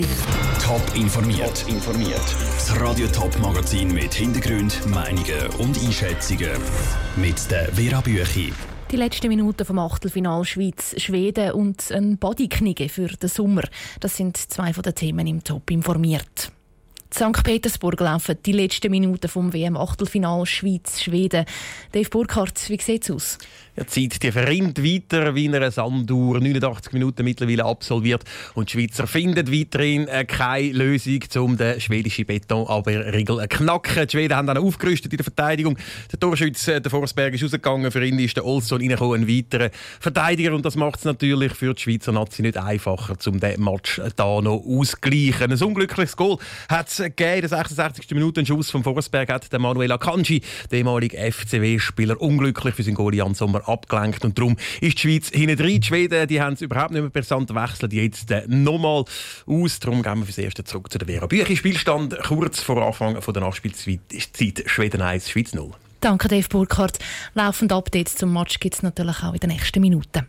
Top informiert. Das Radio Top Magazin mit Hintergrund, Meinungen und Einschätzungen mit der Vera Büchi. Die letzten Minuten vom Achtelfinal Schweiz-Schweden und ein Bodyknigge für den Sommer. Das sind zwei von den Themen im Top informiert. In St. Petersburg laufen die letzten Minuten vom WM-Achtelfinal Schweiz-Schweden. Dave Burkhardt, wie sieht es aus? Ja, die Zeit die verrinnt weiter wie eine Sanduhr. 89 Minuten mittlerweile absolviert. Und die Schweizer finden weiterhin keine Lösung, um den schwedischen Betonabwehrriegel zu knacken. Die Schweden haben dann aufgerüstet in der Verteidigung. Der Torschütze, der Forsberg, ist rausgegangen. Für ihn ist der Olsson reingekommen, ein weiterer Verteidiger. Und das macht es natürlich für die Schweizer Nazi nicht einfacher, um den Match da noch auszugleichen. Ein unglückliches Goal hat es gegeben. In der 66. Minute ein Schuss von Forsberg hat der Manuel Akanji, der ehemalige FCW-Spieler, unglücklich für seinen Goal Jan Sommer abgelenkt. Und darum ist die Schweiz hinten drin. Die Schweden die haben es überhaupt nicht mehr brisant, wechseln jetzt nochmal aus. Darum gehen wir fürs Erste zurück zu der Vera Büchi. Spielstand kurz vor Anfang von der Nachspielzeit Schweden 1, Schweiz 0. Danke, Dave Burkhardt. Laufend Updates zum Match gibt es natürlich auch in den nächsten Minuten.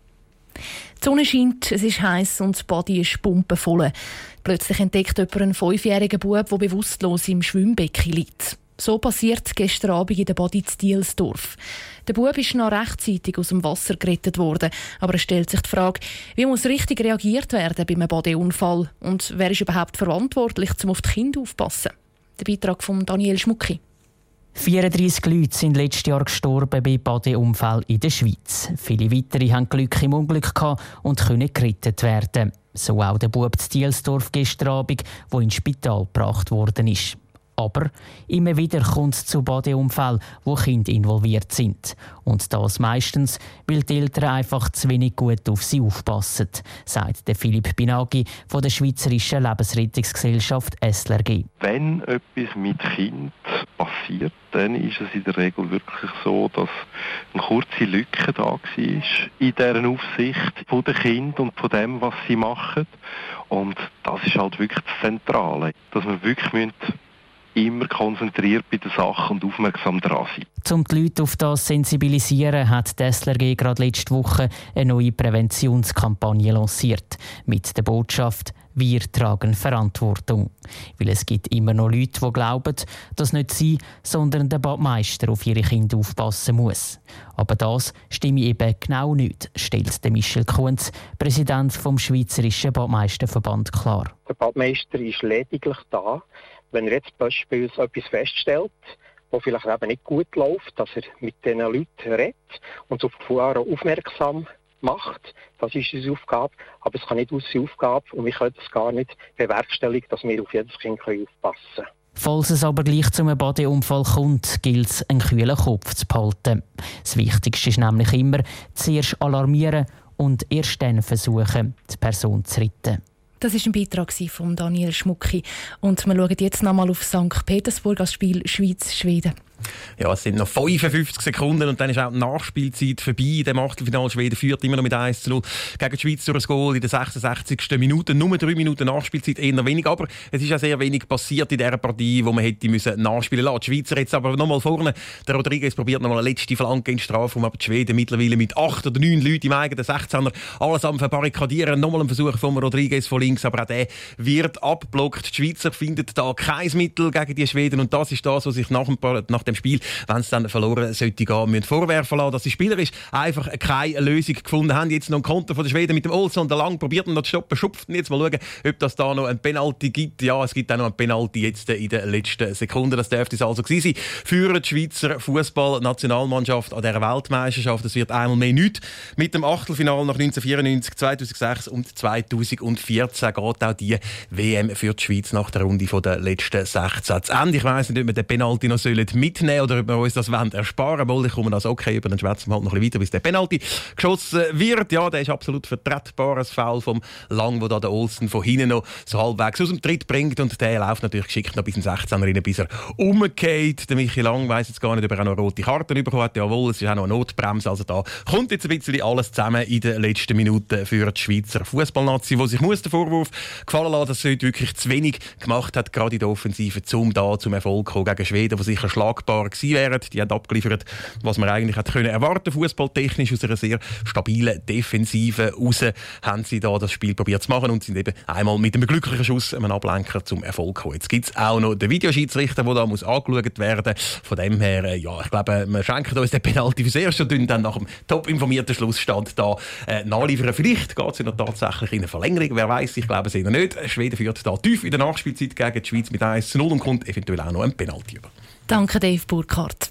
Die Sonne scheint, es ist heiß und das Body ist pumpenvoll. Plötzlich entdeckt jemand einen 5-jährigen Bub, der bewusstlos im Schwimmbecken liegt. So passiert gestern Abend in der Body in Dielsdorf. Der Bub ist noch rechtzeitig aus dem Wasser gerettet worden, aber es stellt sich die Frage, wie muss richtig reagiert werden bei einem Bodyunfall und wer ist überhaupt verantwortlich, um auf die Kinder aufzupassen? Der Beitrag von Daniel Schmucki. 34 Leute sind letztes Jahr gestorben bei Bodyunfällen in der Schweiz. Viele weitere haben Glück im Unglück gehabt und können gerettet werden. So auch der Bub in Dielsdorf gestern Abend, der ins Spital gebracht worden ist. Aber immer wieder kommt es zu Bodyunfällen, wo Kinder involviert sind. Und das meistens, weil die Eltern einfach zu wenig gut auf sie aufpassen, sagt der Philipp Binagi von der Schweizerischen Lebensrettungsgesellschaft SLRG. Wenn etwas mit Kind passiert, dann ist es in der Regel wirklich so, dass eine kurze Lücke da war in dieser Aufsicht von den Kindern und von dem, was sie machen. Und das ist halt wirklich das Zentrale, dass wir wirklich immer konzentriert bei der Sache und aufmerksam daran sein. Um die Leute auf das zu sensibilisieren, hat die SLRG gerade letzte Woche eine neue Präventionskampagne lanciert. Mit der Botschaft «Wir tragen Verantwortung». Weil es gibt immer noch Leute, die glauben, dass nicht sie, sondern der Badmeister auf ihre Kinder aufpassen muss. Aber das stimme eben genau nicht, stellt Michel Kunz, Präsident vom Schweizerischen Badmeisterverband, klar. Der Badmeister ist lediglich da, wenn er jetzt beispielsweise etwas feststellt, was vielleicht eben nicht gut läuft, dass er mit diesen Leuten redet und auf Gefahren aufmerksam macht. Das ist unsere Aufgabe, aber es kann nicht unsere Aufgabe und wir können es gar nicht bewerkstelligen, dass wir auf jedes Kind aufpassen können. Falls es aber gleich zu einem Bodyunfall kommt, gilt es, einen kühlen Kopf zu behalten. Das Wichtigste ist nämlich immer, zuerst alarmieren und erst dann versuchen, die Person zu retten. Das war ein Beitrag von Daniel Schmucki. Und wir schauen jetzt nochmal auf St. Petersburg als Spiel Schweiz-Schweden. Ja, es sind noch 55 Sekunden und dann ist auch die Nachspielzeit vorbei. In dem Achtelfinal Schweden führt immer noch mit 1:0 gegen die Schweiz durch ein Goal in der 66. Minute. Nur 3 Minuten Nachspielzeit, eher wenig. Aber es ist auch sehr wenig passiert in dieser Partie, wo man hätte nachspielen lassen. Die Schweizer jetzt aber nochmal vorne. Der Rodriguez probiert nochmal eine letzte Flanke in den Strafraum, aber die Schweden mittlerweile mit 8 oder 9 Leuten im eigenen 16er alles am Verbarrikadieren. Nochmal ein Versuch von Rodriguez von links, aber auch der wird abgeblockt. Die Schweizer finden da kein Mittel gegen die Schweden und das ist das, was sich nach dem Spiel, wenn es dann verloren sollte gehen, müssen vorwerfen lassen, dass die spielerisch einfach keine Lösung gefunden haben. Jetzt noch ein Konter von den Schweden mit dem Olsson, der lang probiert noch zu stoppen, schupft. Jetzt mal schauen, ob das da noch ein Penalty gibt. Ja, es gibt auch noch ein Penalty jetzt in den letzten Sekunden. Das dürfte es also gewesen sein für die Schweizer Fußball-Nationalmannschaft an dieser Weltmeisterschaft. Es wird einmal mehr nichts. Mit dem Achtelfinale nach 1994, 2006 und 2014 geht auch die WM für die Schweiz nach der Runde der letzten 16 zu Ende. Ich weiss nicht, ob wir den Penalty noch mitnehmen oder ob wir uns das ersparen wollen. Ich komme das okay über, dann schwätzen wir halt noch ein bisschen weiter, bis der Penalty geschossen wird. Ja, der ist absolut vertretbares Foul vom Lang, wo da der Olsen von hinten noch so halbwegs aus dem Tritt bringt und der läuft natürlich geschickt noch bis in 16er rein, bis er umgeht. Der Michi Lang weiss jetzt gar nicht, ob er auch noch rote Karten bekommen hat. Jawohl, es ist auch noch eine Notbremse. Also da kommt jetzt ein bisschen alles zusammen in den letzten Minuten für die Schweizer Fußballnazi, die sich den Vorwurf gefallen lassen, dass sie heute wirklich zu wenig gemacht hat, gerade in der Offensive, um da zum Erfolg zu kommen gegen Schweden, die sicher schlagbar vergleichbar gewesen wären. Die haben abgeliefert, was man eigentlich hätte erwarten können, fußballtechnisch aus einer sehr stabilen Defensive raus haben sie da das Spiel probiert zu machen und sind eben einmal mit einem glücklichen Schuss, einem Ablenker, zum Erfolg gekommen. Jetzt gibt es auch noch den Videoschiedsrichter, der da muss angeschaut werden muss. Von dem her, ja, ich glaube, wir schenken uns den Penalty fürs Erste und dann nach dem top informierten Schlussstand da nachliefern. Vielleicht geht es ja noch tatsächlich in eine Verlängerung, wer weiß, ich glaube es eher nicht. Schweden führt da tief in der Nachspielzeit gegen die Schweiz mit 1:0 und kommt eventuell auch noch ein Penalty über. Danke, Dave Burkhardt.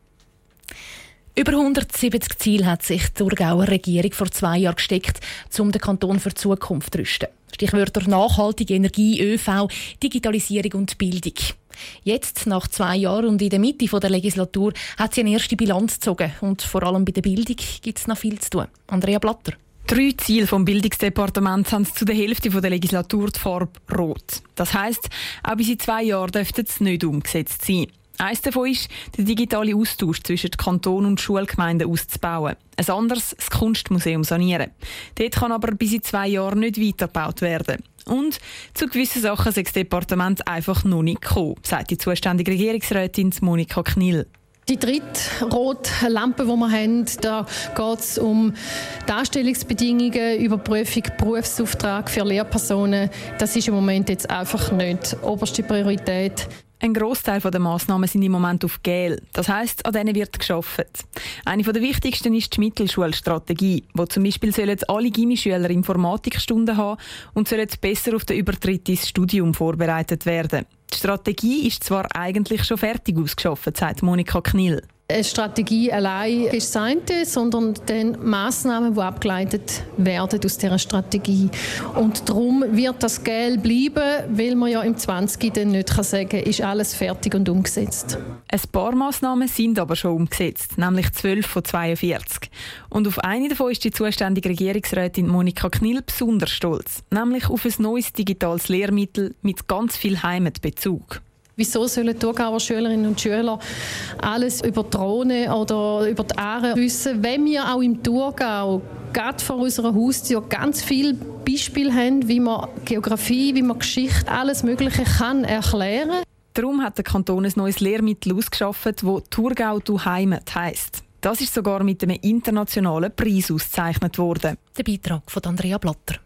Über 170 Ziele hat sich die Thurgauer Regierung vor 2 Jahren gesteckt, um den Kanton für die Zukunft zu rüsten. Stichwörter nachhaltige Energie, ÖV, Digitalisierung und Bildung. Jetzt, nach 2 Jahren und in der Mitte der Legislatur, hat sie eine erste Bilanz gezogen. Und vor allem bei der Bildung gibt es noch viel zu tun. Andrea Blatter. 3 Ziele vom Bildungsdepartement haben zu der Hälfte der Legislatur die Farbe rot. Das heisst, auch bis in 2 Jahren dürften sie nicht umgesetzt sein. Eines davon ist, den digitalen Austausch zwischen Kanton und Schulgemeinden auszubauen. Ein anderes, das Kunstmuseum sanieren. Dort kann aber bis in 2 Jahren nicht weitergebaut werden. Und zu gewissen Sachen ist das Departement einfach noch nicht gekommen, sagt die zuständige Regierungsrätin Monika Knill. Die dritte rote Lampe, die wir haben, da geht es um die Anstellungsbedingungen, Überprüfung, Berufsauftrag für Lehrpersonen. Das ist im Moment jetzt einfach nicht oberste Priorität. Ein Grossteil der Massnahmen sind im Moment auf Gel. Das heisst, an denen wird gearbeitet. Eine der wichtigsten ist die Mittelschulstrategie, wo zum Beispiel alle Gymnasiumschüler Informatikstunden haben und sollen besser auf den Übertritt ins Studium vorbereitet werden. Die Strategie ist zwar eigentlich schon fertig ausgearbeitet, sagt Monika Knill. Eine Strategie allein ist das eine, sondern dann Massnahmen, die abgeleitet werden aus dieser Strategie. Und darum wird das Geld bleiben, weil man ja im 20. dann nicht sagen kann, ist alles fertig und umgesetzt. Ein paar Massnahmen sind aber schon umgesetzt, nämlich 12 von 42. Und auf eine davon ist die zuständige Regierungsrätin Monika Knill besonders stolz, nämlich auf ein neues digitales Lehrmittel mit ganz viel Heimatbezug. Wieso sollen Thurgauer Schülerinnen und Schüler alles über Drohnen oder über die Aare wissen, wenn wir auch im Thurgau, gerade vor unserer Haustür, ganz viele Beispiele haben, wie man Geografie, wie man Geschichte, alles Mögliche kann erklären. Darum hat der Kanton ein neues Lehrmittel ausgeschafft, das «Thurgau du Heimat» heisst. Das ist sogar mit einem internationalen Preis ausgezeichnet worden. Der Beitrag von Andrea Blatter.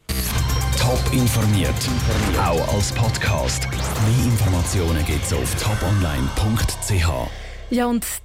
Top informiert, auch als Podcast. Mehr Informationen gibt's auf toponline.ch. Ja, und